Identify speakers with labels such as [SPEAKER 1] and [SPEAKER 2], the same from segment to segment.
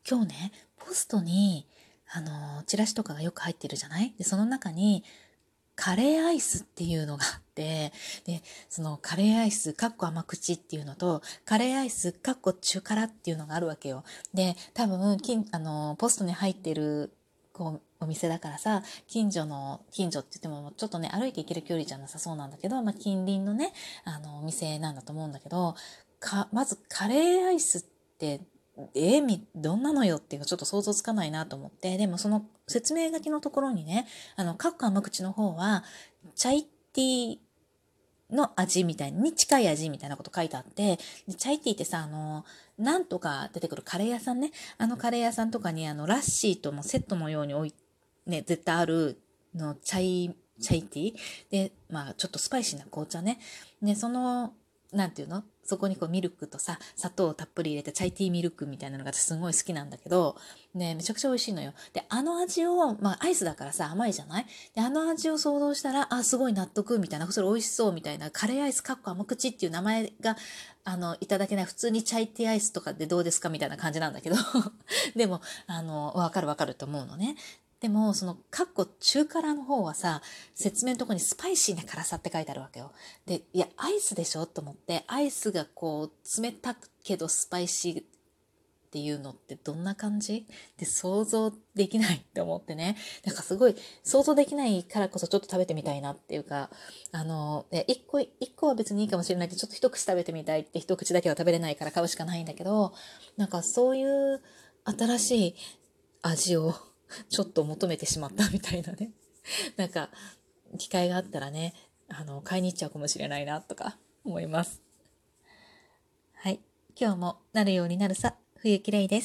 [SPEAKER 1] 今日ね、ポストに、チラシとかがよく入ってるじゃない？で、その中に、カレーアイスっていうのがあって、で、そのカレーアイス、かっこ甘口っていうのと、カレーアイス、かっこ中辛っていうのがあるわけよ。で、多分、ポストに入ってる、お店だからさ、近所って言っても、ちょっとね、歩いて行ける距離じゃなさそうなんだけど、近隣のね、お店なんだと思うんだけど、まずカレーアイスって、どんなのよっていうかちょっと想像つかないなと思って、でもその説明書きのところにね、かっこ甘口の方は、チャイティーの味みたいに近い味みたいなこと書いてあって、でチャイティーってさ、なんとか出てくるカレー屋さんね、カレー屋さんとかにラッシーとのセットのようにね、絶対あるのチャイティーで、ちょっとスパイシーな紅茶ね。で、なんていうのそこにミルクとさ、砂糖をたっぷり入れてチャイティーミルクみたいなのが私すごい好きなんだけど、ね、めちゃくちゃ美味しいのよ。で、あの味を、アイスだからさ、甘いじゃない？で、あの味を想像したら、すごい納得みたいな、それ美味しそうみたいな、カレーアイスかっこ甘口っていう名前が、いただけない、普通にチャイティーアイスとかでどうですかみたいな感じなんだけど、でも、わかると思うのね。でも、かっこ中辛の方はさ、説明のところにスパイシーな辛さって書いてあるわけよ。で、いや、アイスでしょと思って、アイスが冷たくけどスパイシーっていうのってどんな感じで想像できないって思ってね。なんかすごい想像できないからこそちょっと食べてみたいなっていうか、一個は別にいいかもしれないけど、ちょっと一口食べてみたいって一口だけは食べれないから買うしかないんだけど、なんかそういう新しい味をちょっと求めてしまったみたいなね。なんか、機会があったらね、買いに行っちゃうかもしれないな、とか思います。はい。今日もなるようになるさ、冬木れいです。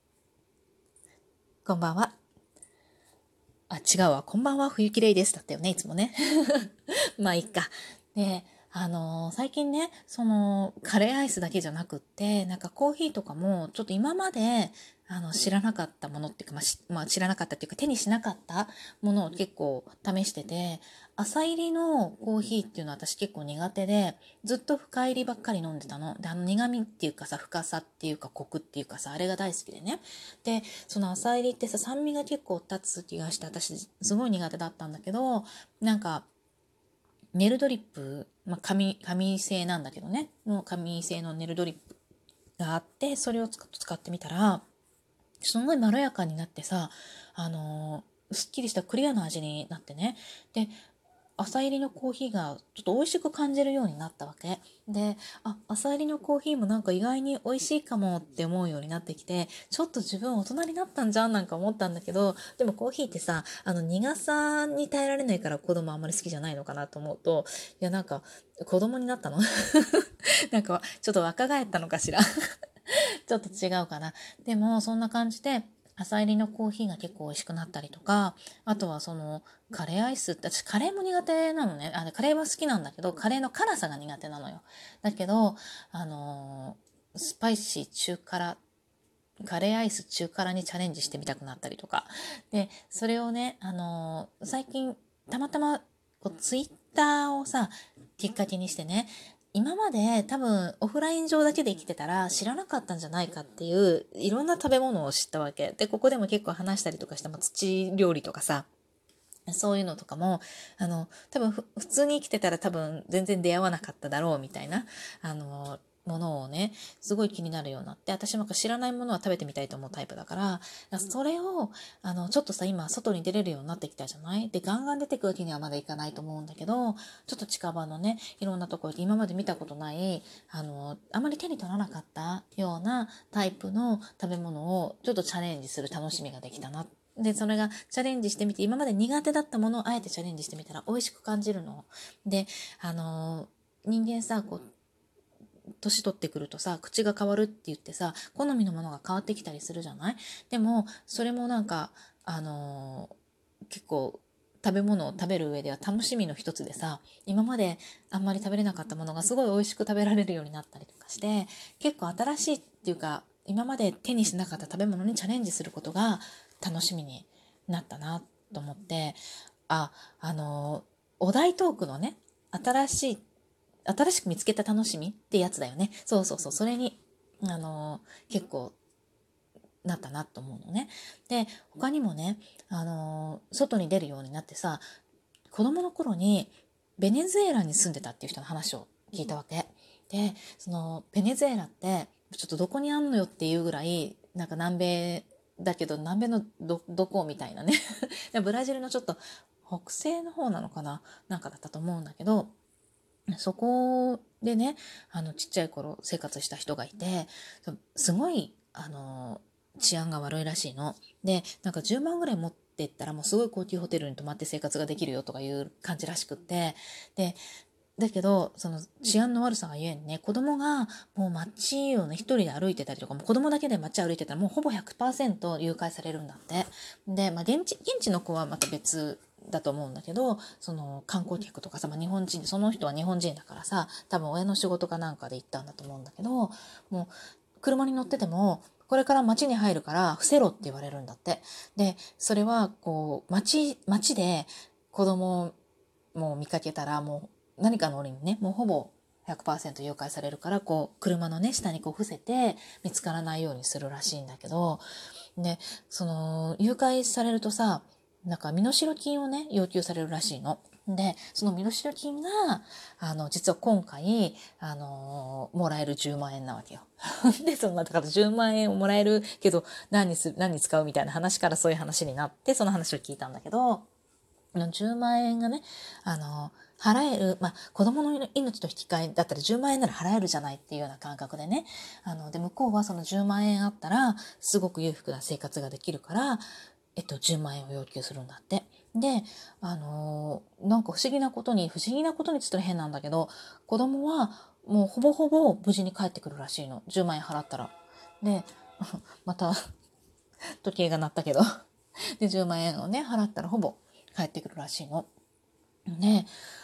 [SPEAKER 1] こんばんは。違うわ。こんばんは、冬木れいです。だったよね、いつもね。いっか。で、最近ね、カレーアイスだけじゃなくって、なんかコーヒーとかも、ちょっと今まで、知らなかったものっていうか、知らなかったっていうか、手にしなかったものを結構試してて、朝入りのコーヒーっていうのは私結構苦手で、ずっと深入りばっかり飲んでたの。で、苦味っていうかさ、深さっていうか、コクっていうかさ、あれが大好きでね。で、その朝入りってさ、酸味が結構立つ気がして、私、すごい苦手だったんだけど、なんか、ネルドリップ、紙製なんだけどね、の紙製のネルドリップがあって、それを使ってみたら、すごいまろやかになってさ、すっきりしたクリアな味になってね。で、朝入りのコーヒーがちょっと美味しく感じるようになったわけ。で、朝入りのコーヒーもなんか意外に美味しいかもって思うようになってきて、ちょっと自分大人になったんじゃんなんか思ったんだけど、でもコーヒーってさ、苦さに耐えられないから子供あんまり好きじゃないのかなと思うと、いやなんか子供になったのなんかちょっと若返ったのかしらちょっと違うかな。でもそんな感じで、朝入りのコーヒーが結構美味しくなったりとか、あとはカレーアイスって、私カレーも苦手なのね。カレーは好きなんだけど、カレーの辛さが苦手なのよ。だけど、スパイシー中辛、カレーアイス中辛にチャレンジしてみたくなったりとか。で、それをね、最近、たまたま、ツイッターをさ、きっかけにしてね、今まで多分オフライン上だけで生きてたら知らなかったんじゃないかっていういろんな食べ物を知ったわけ。で、ここでも結構話したりとかして、土料理とかさ、そういうのとかも、多分普通に生きてたら多分全然出会わなかっただろうみたいな、ものをね、すごい気になるようになって、私も知らないものは食べてみたいと思うタイプだから、それを、ちょっとさ、今、外に出れるようになってきたじゃないで、ガンガン出てくわけにはまだいかないと思うんだけど、ちょっと近場のね、いろんなところで今まで見たことない、あまり手に取らなかったようなタイプの食べ物をちょっとチャレンジする楽しみができたなで、それがチャレンジしてみて、今まで苦手だったものをあえてチャレンジしてみたら美味しく感じるの。で、人間さ、年取ってくるとさ、口が変わるって言ってさ、好みのものが変わってきたりするじゃない？でも、それもなんか、結構、食べ物を食べる上では楽しみの一つでさ、今まであんまり食べれなかったものがすごい美味しく食べられるようになったりとかして、結構新しいっていうか、今まで手にしなかった食べ物にチャレンジすることが楽しみになったなと思って、あ、お題トークのね、新しく見つけた楽しみってやつだよね。そうそうそう。それに、結構なったなと思うのね。で、他にもね、外に出るようになってさ、子供の頃にベネズエラに住んでたっていう人の話を聞いたわけ。で、そのベネズエラってちょっとどこにあんのよっていうぐらい、なんか南米だけど南米のどこみたいなね。ブラジルのちょっと北西の方なのかな、なんかだったと思うんだけど、そこでね、ちっちゃい頃生活した人がいて、すごい、治安が悪いらしいの。で、なんか10万ぐらい持ってったらもうすごい高級ホテルに泊まって生活ができるよとかいう感じらしくって、で、だけど、その治安の悪さがゆえにね、子供がもう街をね、一人で歩いてたりとか、もう子供だけで街歩いてたらもうほぼ 100% 誘拐されるんだって。で、現地の子はまた別だと思うんだけど、その観光客とかさ、日本人、その人は日本人だからさ、多分親の仕事かなんかで行ったんだと思うんだけど、もう車に乗ってても、これから街に入るから伏せろって言われるんだって。で、それはこう、街で子供も見かけたらもう何かの折にね、もうほぼ100% 誘拐されるから、こう、車のね、下にこう伏せて見つからないようにするらしいんだけど、で、その、誘拐されるとさ、なんか身代金をね、要求されるらしいの。で、その身代金が、実は今回、もらえる10万円なわけよ。で、だから10万円をもらえるけど、何に使うみたいな話からそういう話になって、その話を聞いたんだけど、10万円がね、払える、子供の命と引き換えだったら10万円なら払えるじゃないっていうような感覚でね。で、向こうはその10万円あったら、すごく裕福な生活ができるから、10万円を要求するんだって。で、なんか不思議なことにって言ったら変なんだけど、子供はもうほぼほぼ無事に帰ってくるらしいの。10万円払ったら。で、また、時計が鳴ったけど。で、10万円をね、払ったらほぼ帰ってくるらしいの。で、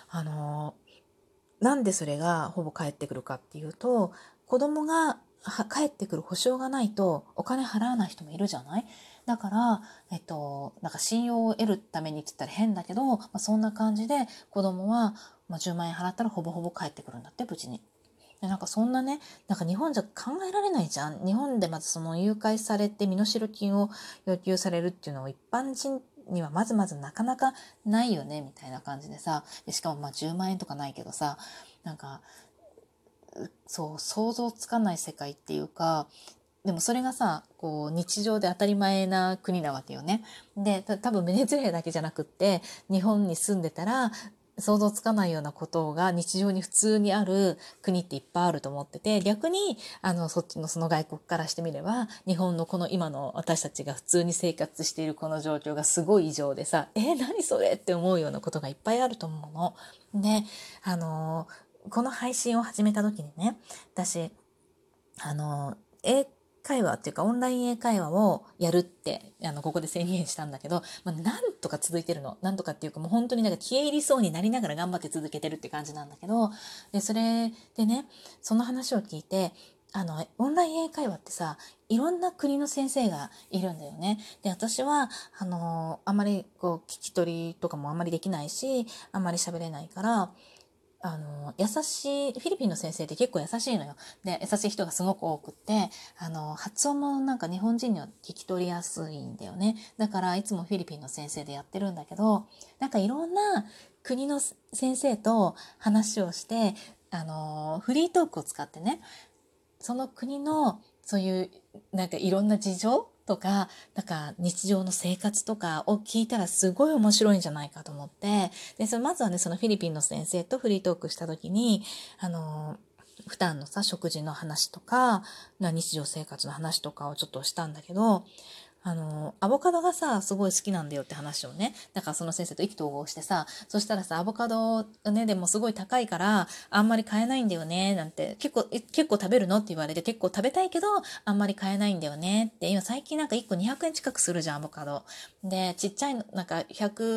[SPEAKER 1] なんでそれがほぼ帰ってくるかっていうと、子供が帰ってくる保証がないとお金払わない人もいるじゃない。だから、なんか信用を得るためにって言ったら変だけど、そんな感じで子供は、10万円払ったらほぼほぼ帰ってくるんだって、無事に。で、なんかそんなね、なんか日本じゃ考えられないじゃん。日本でまずその誘拐されて身代金を要求されるっていうのを一般人にはまずなかなかないよね、みたいな感じでさ。でしかも10万円とかないけどさ、なんか、そう、想像つかない世界っていうか、でもそれがさ、こう日常で当たり前な国なわけよね。で、多分ベネズエラだけじゃなくって、日本に住んでたら、想像つかないようなことが日常に普通にある国っていっぱいあると思ってて、逆に、そっちのその外国からしてみれば、日本のこの今の私たちが普通に生活しているこの状況がすごい異常でさ、何それって思うようなことがいっぱいあると思うの。で、この配信を始めた時にね、私、英会話っていうかオンライン英会話をやるってここで宣言したんだけど、なんとか続いてるの。なんとかっていうかもう本当になんか消え入りそうになりながら頑張って続けてるって感じなんだけど、でそれでね、その話を聞いて、オンライン英会話ってさ、いろんな国の先生がいるんだよね。で、私はあまりこう聞き取りとかもあんまりできないし、あんまり喋れないから、優しい、フィリピンの先生って結構優しいのよ。で、優しい人がすごく多くって、発音もなんか日本人には聞き取りやすいんだよね。だからいつもフィリピンの先生でやってるんだけど、なんかいろんな国の先生と話をして、フリートークを使ってね、その国のそういうなんかいろんな事情とか、なんか日常の生活とかを聞いたらすごい面白いんじゃないかと思って、で、まずはね、そのフィリピンの先生とフリートークした時に、普段のさ、食事の話とか、日常生活の話とかをちょっとしたんだけど、アボカドがさ、すごい好きなんだよって話をね、だからその先生と意気投合してさ、そしたらさ、アボカドね、でもすごい高いから、あんまり買えないんだよね、なんて、結構食べるのって言われて、結構食べたいけど、あんまり買えないんだよねって、今最近なんか1個200円近くするじゃん、アボカド。で、ちっちゃいの、なんか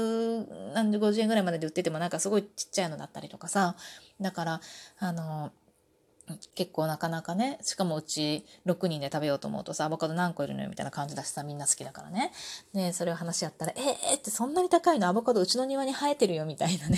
[SPEAKER 1] 150円ぐらいまでで売っててもなんかすごいちっちゃいのだったりとかさ、だから、結構なかなかね、しかもうち6人で食べようと思うとさ、アボカド何個いるのよみたいな感じだしさ、みんな好きだからね。で、それを話し合ったら、ってそんなに高いの？アボカドうちの庭に生えてるよみたいなね。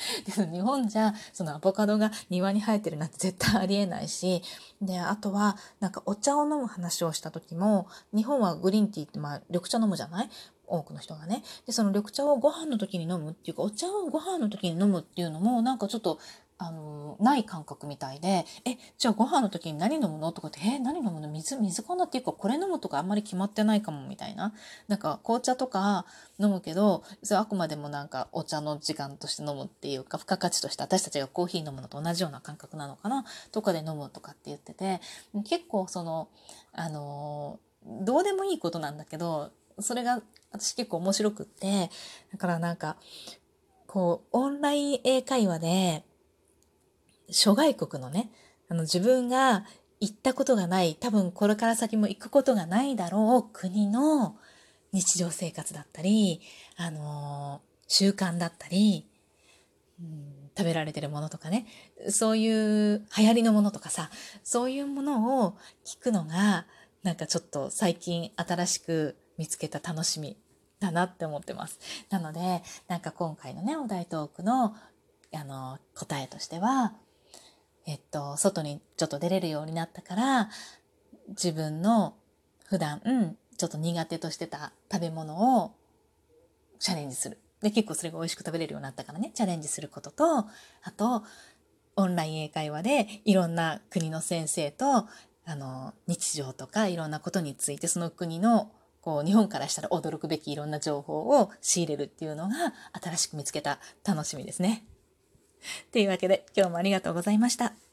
[SPEAKER 1] で日本じゃそのアボカドが庭に生えてるなんて絶対ありえないし、であとはなんかお茶を飲む話をした時も、日本はグリーンティーって緑茶飲むじゃない、多くの人がね。でその緑茶をご飯の時に飲むっていうか、お茶をご飯の時に飲むっていうのもなんかちょっとない感覚みたいで、じゃあご飯の時に何飲むのとかって、何飲むの、水かなっていうか、これ飲むとかあんまり決まってないかもみたいな。なんか紅茶とか飲むけど、それはあくまでもなんかお茶の時間として飲むっていうか、付加価値として私たちがコーヒー飲むのと同じような感覚なのかなとかで飲むとかって言ってて、結構その、どうでもいいことなんだけど、それが私結構面白くって、だからなんか、こう、オンライン英会話で、諸外国のね、自分が行ったことがない、多分これから先も行くことがないだろう国の日常生活だったり、習慣だったり、食べられてるものとかね、そういう流行りのものとかさ、そういうものを聞くのが、なんかちょっと最近新しく見つけた楽しみだなって思ってます。なので、なんか今回のね、お題トークの、答えとしては、外にちょっと出れるようになったから、自分の普段、ちょっと苦手としてた食べ物をチャレンジする。で、結構それが美味しく食べれるようになったからね、チャレンジすることと、あと、オンライン英会話でいろんな国の先生と、日常とかいろんなことについて、その国の、こう、日本からしたら驚くべきいろんな情報を仕入れるっていうのが、新しく見つけた楽しみですね。というわけで、今日もありがとうございました。